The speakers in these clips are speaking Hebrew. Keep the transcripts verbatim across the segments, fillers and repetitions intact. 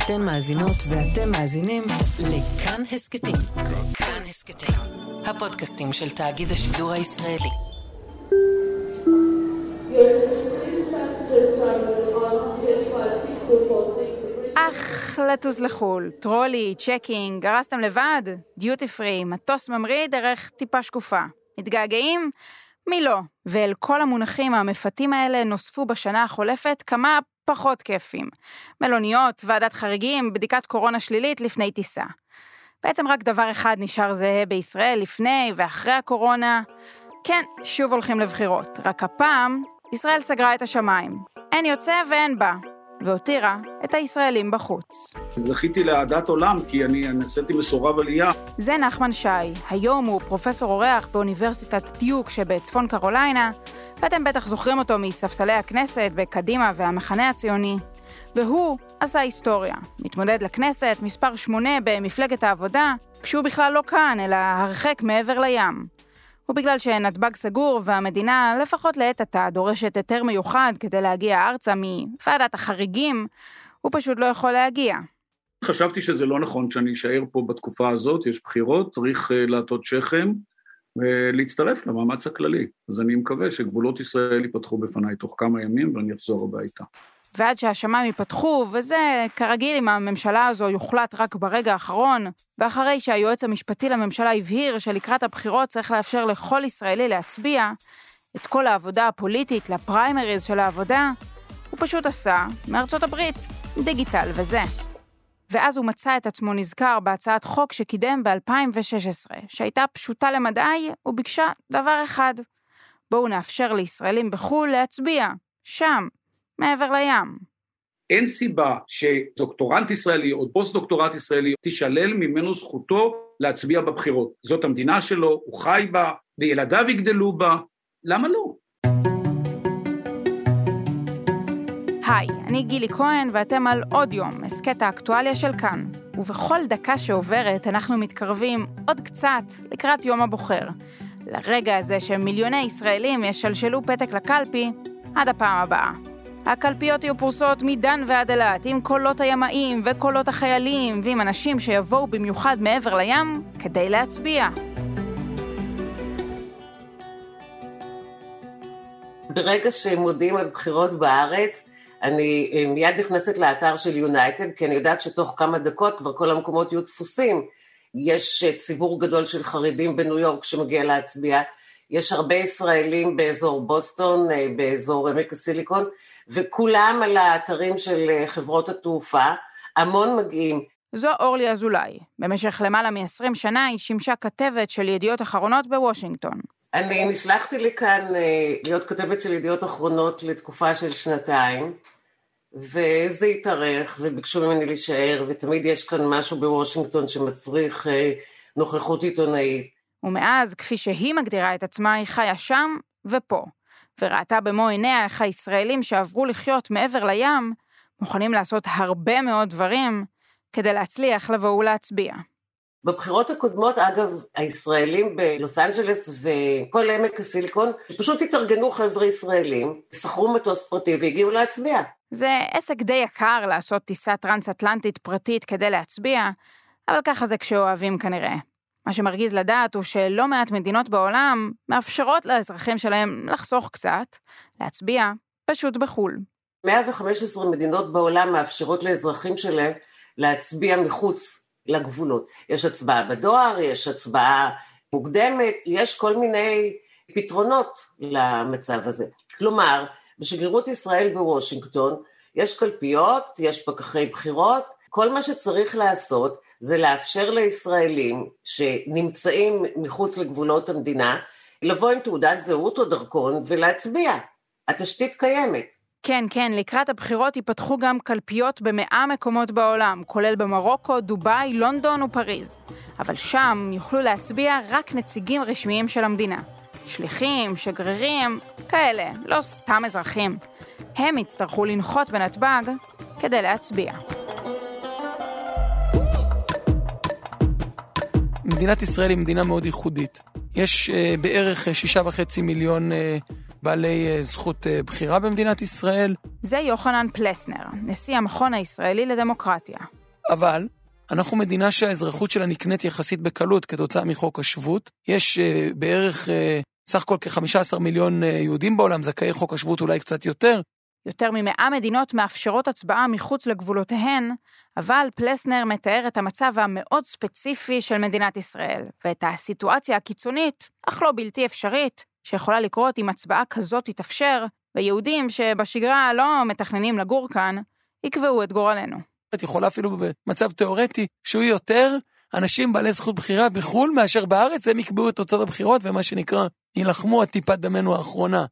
אתן מאזינות ואתם מאזינים לכאן הסקטים. כאן הסקטים, הפודקאסטים של תאגיד השידור הישראלי. אך לטוס לחול, טרולי, צ'קינג, גרסתם לבד, דיוטי פרי, מטוס ממריא דרך טיפה שקופה. מתגעגעים? מי לא? ואל כל המונחים המפתים האלה נוספו בשנה החולפת כמה פחות כיפים. מלוניות, ועדת חריגים, בדיקת קורונה שלילית לפני טיסה. בעצם רק דבר אחד נשאר זהה בישראל לפני ואחרי הקורונה. כן, שוב הולכים לבחירות. רק הפעם, ישראל סגרה את השמיים. אין יוצא ואין בא. והותירה את הישראלים בחוץ. זכיתי להעדת עולם, כי אני נעשיתי מסורב עלייה. זה נחמן שי. היום הוא פרופסור אורח באוניברסיטת דיוק שבצפון קרוליינה, ואתם בטח זוכרים אותו מספסלי הכנסת בקדימה והמחנה הציוני. והוא עשה היסטוריה. מתמודד לכנסת מספר שמונה במפלגת העבודה, כשהוא בכלל לא כאן, אלא הרחק מעבר לים. ובגלל שנתב"ג סגור והמדינה, לפחות לעת עתה, דורשת היתר מיוחד כדי להגיע ארצה מוועדת החריגים, הוא פשוט לא יכול להגיע. חשבתי שזה לא נכון שאני אשאר פה בתקופה הזאת, יש בחירות, צריך לעטות שכם ולהצטרף למאמץ הכללי. אז אני מקווה שגבולות ישראל ייפתחו בפניי תוך כמה ימים ואני אחזור הביתה. ועד שהשמיים ייפתחו, וזה כרגיל עם הממשלה הזו יוחלט רק ברגע האחרון, ואחרי שהיועץ המשפטי לממשלה הבהיר שלקראת הבחירות צריך לאפשר לכל ישראלי להצביע, את כל העבודה הפוליטית לפריימריז של העבודה, הוא פשוט עשה מארצות הברית, דיגיטל וזה. ואז הוא מצא את עצמו נזכר בהצעת חוק שקידם ב-אלפיים ושש עשרה, שהייתה פשוטה למדי וביקשה דבר אחד. בואו נאפשר לישראלים בחו"ל להצביע, שם, מעבר לים. אין סיבה שדוקטורנט ישראלי או פוסט-דוקטורט ישראלי תישלל ממנו זכותו להצביע בבחירות. זאת המדינה שלו, הוא חי בה, וילדיו יגדלו בה. למה לא? היי, אני גילי כהן ואתם על עוד יום, הסקט האקטואליה של כאן. ובכל דקה שעוברת אנחנו מתקרבים עוד קצת לקראת יום הבוחר. לרגע הזה שמיליוני ישראלים ישלשלו פתק לקלפי עד הפעם הבאה. הקלפיות יהיו פורסות מדן ועד אילת, עם קולות הימאים וקולות החיילים, ועם אנשים שיבואו במיוחד מעבר לים כדי להצביע. ברגע שמודיעים על בחירות בארץ, אני מיד נכנסת לאתר של יונייטד, כי אני יודעת שתוך כמה דקות כבר כל המקומות יהיו דפוסים. יש ציבור גדול של חרדים בניו יורק שמגיע להצביע, יש הרבה ישראלים באזור בוסטון, באזור עמק הסיליקון, וכולם על האתרים של חברות התעופה, המון מגיעים. זו אורלי אזולאי. במשך למעלה מ-עשרים שנה היא שימשה כתבת של ידיעות אחרונות בוושינגטון. אני נשלחתי לכאן להיות כתבת של ידיעות אחרונות לתקופה של שנתיים, וזה התארך וביקשו ממני להישאר, ותמיד יש כאן משהו בוושינגטון שמצריך נוכחות עיתונאית. ומאז, כפי שהיא מגדירה את עצמה, היא חיה שם ופה, וראתה במו עיניה איך הישראלים שעברו לחיות מעבר לים, מוכנים לעשות הרבה מאוד דברים כדי להצליח לבוא ולהצביע. בבחירות הקודמות, אגב, הישראלים בלוס אנג'לס וכל עמק הסיליקון, פשוט התארגנו חבר'ה ישראלים, שכרו מטוס פרטי והגיעו להצביע. זה עסק די יקר לעשות טיסה טרנס-אטלנטית פרטית כדי להצביע, אבל ככה זה כשאוהבים כנראה. מה שמרגיז לדעת הוא שלא מעט מדינות בעולם מאפשרות לאזרחים שלהם לחסוך קצת, להצביע פשוט בחול. מאה וחמש עשרה מדינות בעולם מאפשרות לאזרחים שלהם להצביע מחוץ לגבולות. יש הצבעה בדואר, יש הצבעה מוקדמת, יש כל מיני פתרונות למצב הזה. כלומר, בשגרירות ישראל בוושינגטון יש קלפיות, יש פקחי בחירות, כל מה שצריך לעשות זה לאפשר לישראלים שנמצאים מחוץ לגבולות המדינה, לבוא עם תעודת זהות או דרכון ולהצביע. התשתית קיימת. כן, כן, לקראת הבחירות ייפתחו גם קלפיות במאה מקומות בעולם, כולל במרוקו, דובאי, לונדון ופריז. אבל שם יוכלו להצביע רק נציגים רשמיים של המדינה. שליחים, שגרירים, כאלה, לא סתם אזרחים. הם יצטרכו לנחות בנתב"ג כדי להצביע. מדינת ישראל היא מדינה מאוד ייחודית. יש uh, בערך שישה וחצי מיליון uh, בעלי זכות בחירה במדינת ישראל. זה יוחנן פלסנר, נשיא המכון הישראלי לדמוקרטיה. אבל אנחנו מדינה שהאזרחות שלה נקנית יחסית בקלות כתוצאה מחוק השבות. יש uh, בערך uh, סך הכל כ-חמישה עשר מיליון uh, יהודים בעולם, זכאי חוק השבות אולי קצת יותר. יותר ממאה מדינות מאפשרות הצבעה מחוץ לגבולותיהן, אבל פלסנר מתאר את המצב המאוד ספציפי של מדינת ישראל, ואת הסיטואציה הקיצונית, אך לא בלתי אפשרית, שיכולה לקרות אם הצבעה כזאת תתאפשר, ויהודים שבשגרה לא מתכננים לגור כאן, יקבעו את גורלנו. את יכולה אפילו במצב תיאורטי, שהוא יותר אנשים בעלי זכות בחירה בחול מאשר בארץ, הם יקבעו את תוצאות הבחירות, ומה שנקרא, ילחמו עד טיפת דמנו האחרונה,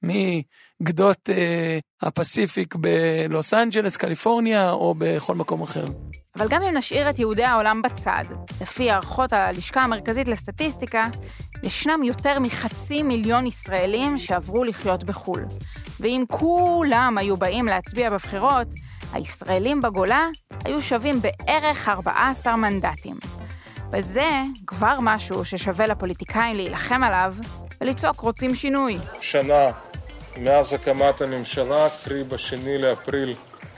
מגדות אה, הפסיפיק בלוס אנג'לס, קליפורניה, או בכל מקום אחר. אבל גם אם נשאיר את יהודי העולם בצד, לפי הערכות הלשכה המרכזית לסטטיסטיקה, ישנם יותר מחצי מיליון ישראלים שעברו לחיות בחול. ואם כולם היו באים להצביע בבחירות, הישראלים בגולה היו שווים בערך ארבעה עשר מנדטים. וזה כבר משהו ששווה לפוליטיקאים להילחם עליו וליצוק רוצים שינוי. שנה מאז הקמת הממשלה, קרי בשני לאפריל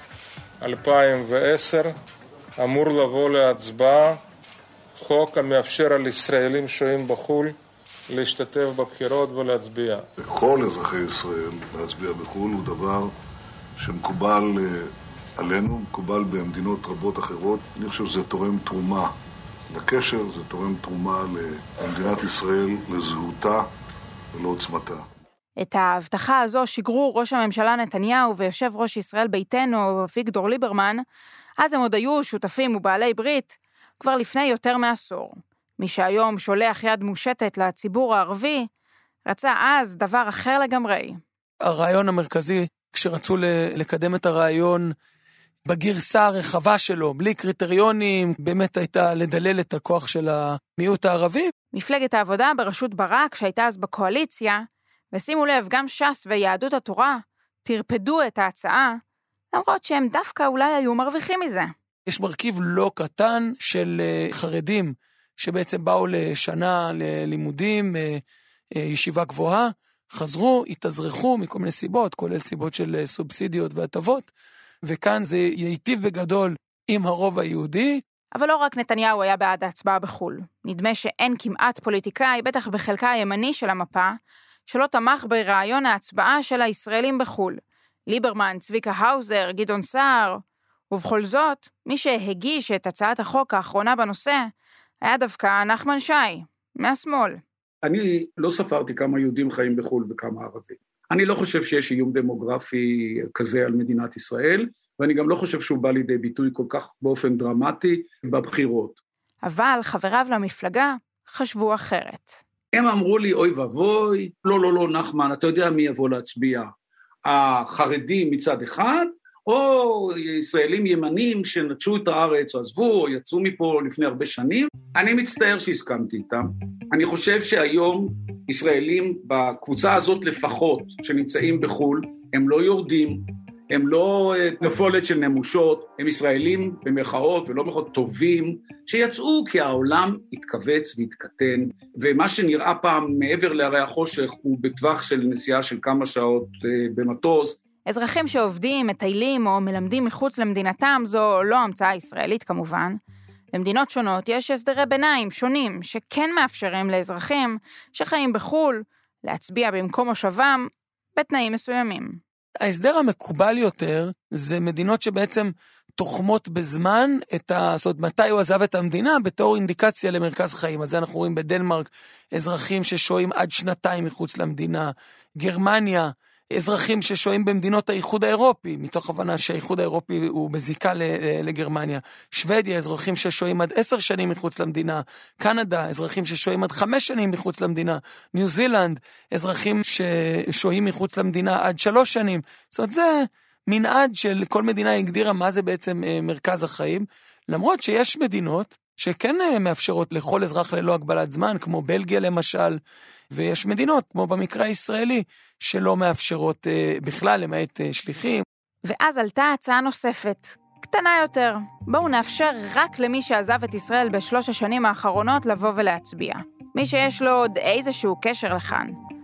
אלפיים ועשר, אמור לבוא להצבעה חוק המאפשר על ישראלים שוהים בחול להשתתף בבחירות ולהצביע. כל אזרחי ישראל להצביע בחול הוא דבר שמקובל עלינו, מקובל במדינות רבות אחרות. אני חושב שזה תורם תרומה לקשר, זה תורם תרומה למדינת ישראל, לזהותה ולעוצמתה. את ההבטחה הזו שיגרו ראש הממשלה נתניהו ויושב ראש ישראל ביתנו אביגדור ליברמן, אז הם עוד היו שותפים ובעלי ברית כבר לפני יותר מעשור. מי שהיום שולח יד מושטת לציבור הערבי, רצה אז דבר אחר לגמרי. הרעיון המרכזי, כשרצו לקדם את הרעיון בגרסה הרחבה שלו, בלי קריטריונים, באמת הייתה לדלל את הכוח של המיעוט הערבי. מפלגת העבודה בראשות ברק, שהייתה אז בקואליציה, ושימו לב, גם ש"ס ויהדות התורה תרפדו את ההצעה, למרות שהם דווקא אולי היו מרוויחים מזה. יש מרכיב לא קטן של חרדים, שבעצם באו לשנה ללימודים, ישיבה גבוהה, חזרו, התאזרחו מכל מיני סיבות, כולל סיבות של סובסידיות והטבות, וכאן זה ייטיב בגדול עם הרוב היהודי. אבל לא רק נתניהו היה בעד ההצבעה בחול. נדמה שאין כמעט פוליטיקאי, בטח בחלקה הימני של המפה, שלא תמך ברעיון ההצבעה של הישראלים בחול. ליברמן, צביקה האוזר, גדעון סער, ובכל זאת, מי שהגיש את הצעת החוק האחרונה בנושא, היה דווקא נחמן שי, מהשמאל. אני לא ספרתי כמה יהודים חיים בחול וכמה ערבים. אני לא חושב שיש איום דמוגרפי כזה על מדינת ישראל, ואני גם לא חושב שהוא בא לידי ביטוי כל כך באופן דרמטי בבחירות. אבל חבריו למפלגה חשבו אחרת. הם אמרו לי, אוי ובוי, לא, לא, לא, נחמן, אתה יודע מי יבוא להצביע? החרדים מצד אחד, או ישראלים ימנים שנטשו את הארץ, או עזבו, או יצאו מפה לפני הרבה שנים. אני מצטער שהסכמתי איתם. אני חושב שהיום ישראלים בקבוצה הזאת לפחות, שנמצאים בחול, הם לא יורדים, הם לא נפולת של נמושות, הם ישראלים במרכאות ולא במרכאות טובים, שיצאו כי העולם התכווץ והתקטן, ומה שנראה פעם מעבר להרי החושך הוא בטווח של נסיעה של כמה שעות במטוס. אזרחים שעובדים, מטיילים או מלמדים מחוץ למדינתם, זו לא המצאה ישראלית כמובן. למדינות שונות יש הסדרי ביניים שונים שכן מאפשרים לאזרחים שחיים בחול להצביע במקום מושבם בתנאים מסוימים. ההסדר המקובל יותר זה מדינות שבעצם תוחמות בזמן את ה... זאת אומרת, מתי הוא עזב את המדינה בתור אינדיקציה למרכז חיים. אז אנחנו רואים בדנמרק אזרחים ששוהים עד שנתיים מחוץ למדינה, גרמניה, אזרחים ששוהים במדינות האיחוד האירופי, מתוך הבנה שהאיחוד האירופי הוא בזיקה לגרמניה, שוודיה, אזרחים ששוהים עד עשר שנים מחוץ למדינה, קנדה, אזרחים ששוהים עד חמש שנים מחוץ למדינה, ניו זילנד, אזרחים ששוהים מחוץ למדינה עד שלוש שנים. זאת אומרת, זה מנעד של כל מדינה הגדירה מה זה בעצם מרכז החיים, למרות שיש מדינות שכן מאפשרות לכל אזרח ללא הגבלת זמן, כמו בלגיה למשל, ויש מדינות, כמו במקרה הישראלי, שלא מאפשרות אה, בכלל למעט אה, שליחים. ואז עלתה הצעה נוספת, קטנה יותר. בואו נאפשר רק למי שעזב את ישראל בשלוש השנים האחרונות לבוא ולהצביע. מי שיש לו עוד איזשהו קשר לכאן.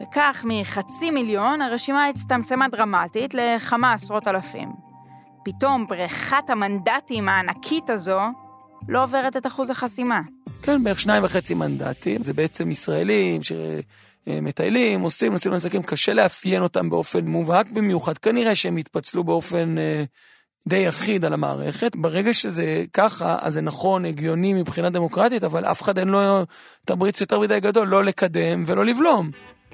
וכך מחצי מיליון הרשימה הצטמצמה דרמטית לכמה עשרות אלפים. פתאום בריכת המנדטים הענקית הזו לא עוברת את אחוז החסימה. כן, בערך שניים וחצי מנדטים. זה בעצם ישראלים שמטיילים, עושים, עושים עסקים, קשה לאפיין אותם באופן מובהק במיוחד. כנראה שהם יתפצלו באופן אה, די יחיד על המערכת. ברגע שזה ככה, אז זה נכון, הגיוני מבחינה דמוקרטית, אבל אף אחד אין לו תמריץ יותר מדי גדול, לא לקדם ולא לבלום.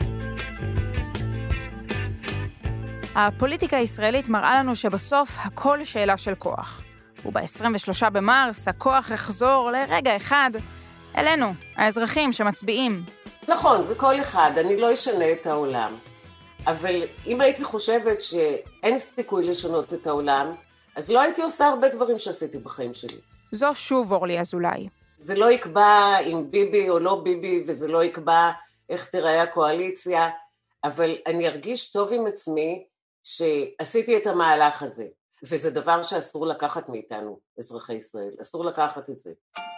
הפוליטיקה הישראלית מראה לנו שבסוף הכל שאלה של כוח. וב-עשרים ושלושה במרס הכוח יחזור לרגע אחד אלינו, האזרחים שמצביעים. נכון, זה כל אחד, אני לא אשנה את העולם. אבל אם הייתי חושבת שאין סיכוי לשנות את העולם, אז לא הייתי עושה הרבה דברים שעשיתי בחיים שלי. זו שוב אורלי אזולאי. זה לא יקבע אם ביבי או לא ביבי, וזה לא יקבע איך תראה הקואליציה, אבל אני ארגיש טוב עם עצמי שעשיתי את המהלך הזה. וזה דבר שאסור לקחת מאיתנו, אזרחי ישראל. אסור לקחת את זה.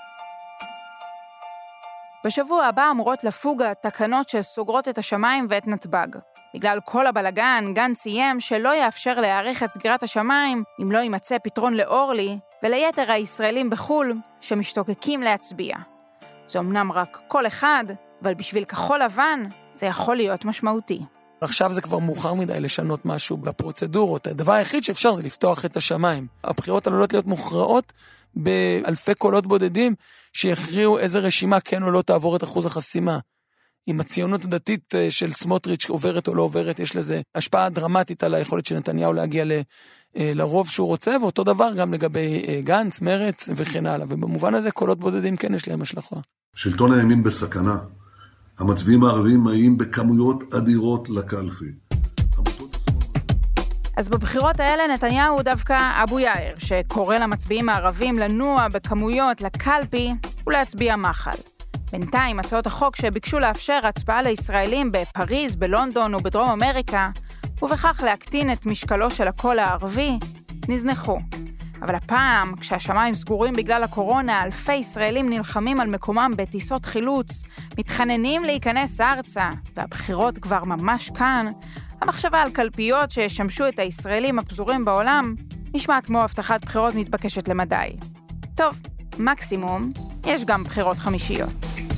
בשבוע הבא אמורות לפוג התקנות שסוגרות את השמיים ואת נתב"ג. בגלל כל הבלגן, גנץ סיים שלא יאפשר להאריך את סגירת השמיים אם לא יימצא פתרון לאורלי וליתר הישראלים בחול שמשתוקקים להצביע. זה אמנם רק כל אחד, אבל בשביל כחול לבן זה יכול להיות משמעותי. עכשיו זה כבר מאוחר מדי לשנות משהו בפרוצדורות. הדבר היחיד שאפשר זה לפתוח את השמיים. הבחירות עלולות להיות מוכרעות באלפי קולות בודדים שיכריעו איזה רשימה כן או לא תעבור את אחוז החסימה. אם הציונות הדתית של סמוטריץ' עוברת או לא עוברת, יש לזה השפעה דרמטית על היכולת של נתניהו להגיע ל, לרוב שהוא רוצה, ואותו דבר גם לגבי גנץ, מרץ וכן הלאה. ובמובן הזה קולות בודדים כן יש להם השלכה. שלטון הימין בסכנה. המצביעים הערבים מגיעים בכמויות אדירות לקלפי. אז בבחירות האלה נתניהו דווקא אבו יאיר, שקורא למצביעים הערבים לנוע בכמויות לקלפי ולהצביע מחל. בינתיים הצעות החוק שביקשו לאפשר הצבעה לישראלים בפריז, בלונדון ובדרום אמריקה, ובכך להקטין את משקלו של הקול הערבי, נזנחו. אבל הפעם, כשהשמיים סגורים בגלל הקורונה, אלפי ישראלים נלחמים על מקומם בטיסות חילוץ, מתחננים להיכנס ארצה, והבחירות כבר ממש כאן, המחשבה על קלפיות שישמשו את הישראלים הפזורים בעולם, נשמעת כמו הבטחת בחירות מתבקשת למדי. טוב, מקסימום, יש גם בחירות חמישיות.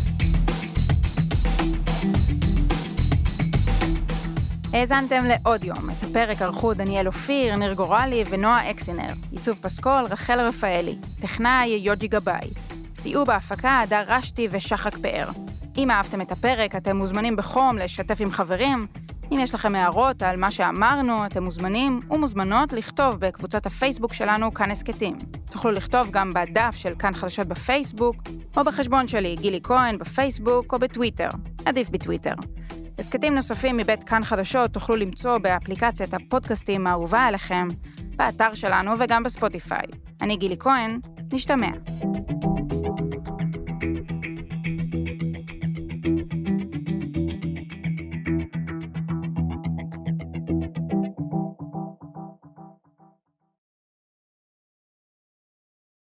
האזנתם לעוד יום. את הפרק ערכו דניאל אופיר, ניר גורלי ונועה אקסינר. עיצוב פסקול, רחל רפאלי. טכנאי יוג'י גבאי. סייעו בהפקה הדר רשתי ושחק פאר. אם אהבתם את הפרק, אתם מוזמנים בחום לשתף עם חברים. אם יש לכם הערות על מה שאמרנו, אתם מוזמנים ומוזמנות לכתוב בקבוצת הפייסבוק שלנו כאן הסקטים. תוכלו לכתוב גם בדף של כאן חדשות בפייסבוק, או בחשבון שלי, גילי כהן, בפייסבוק או בטוויטר. עדיף בטוויטר. הסקטים נוספים מבית כאן חדשות תוכלו למצוא באפליקציית הפודקאסטים האהובה עליכם, באתר שלנו וגם בספוטיפיי. אני גילי כהן, נשתמע.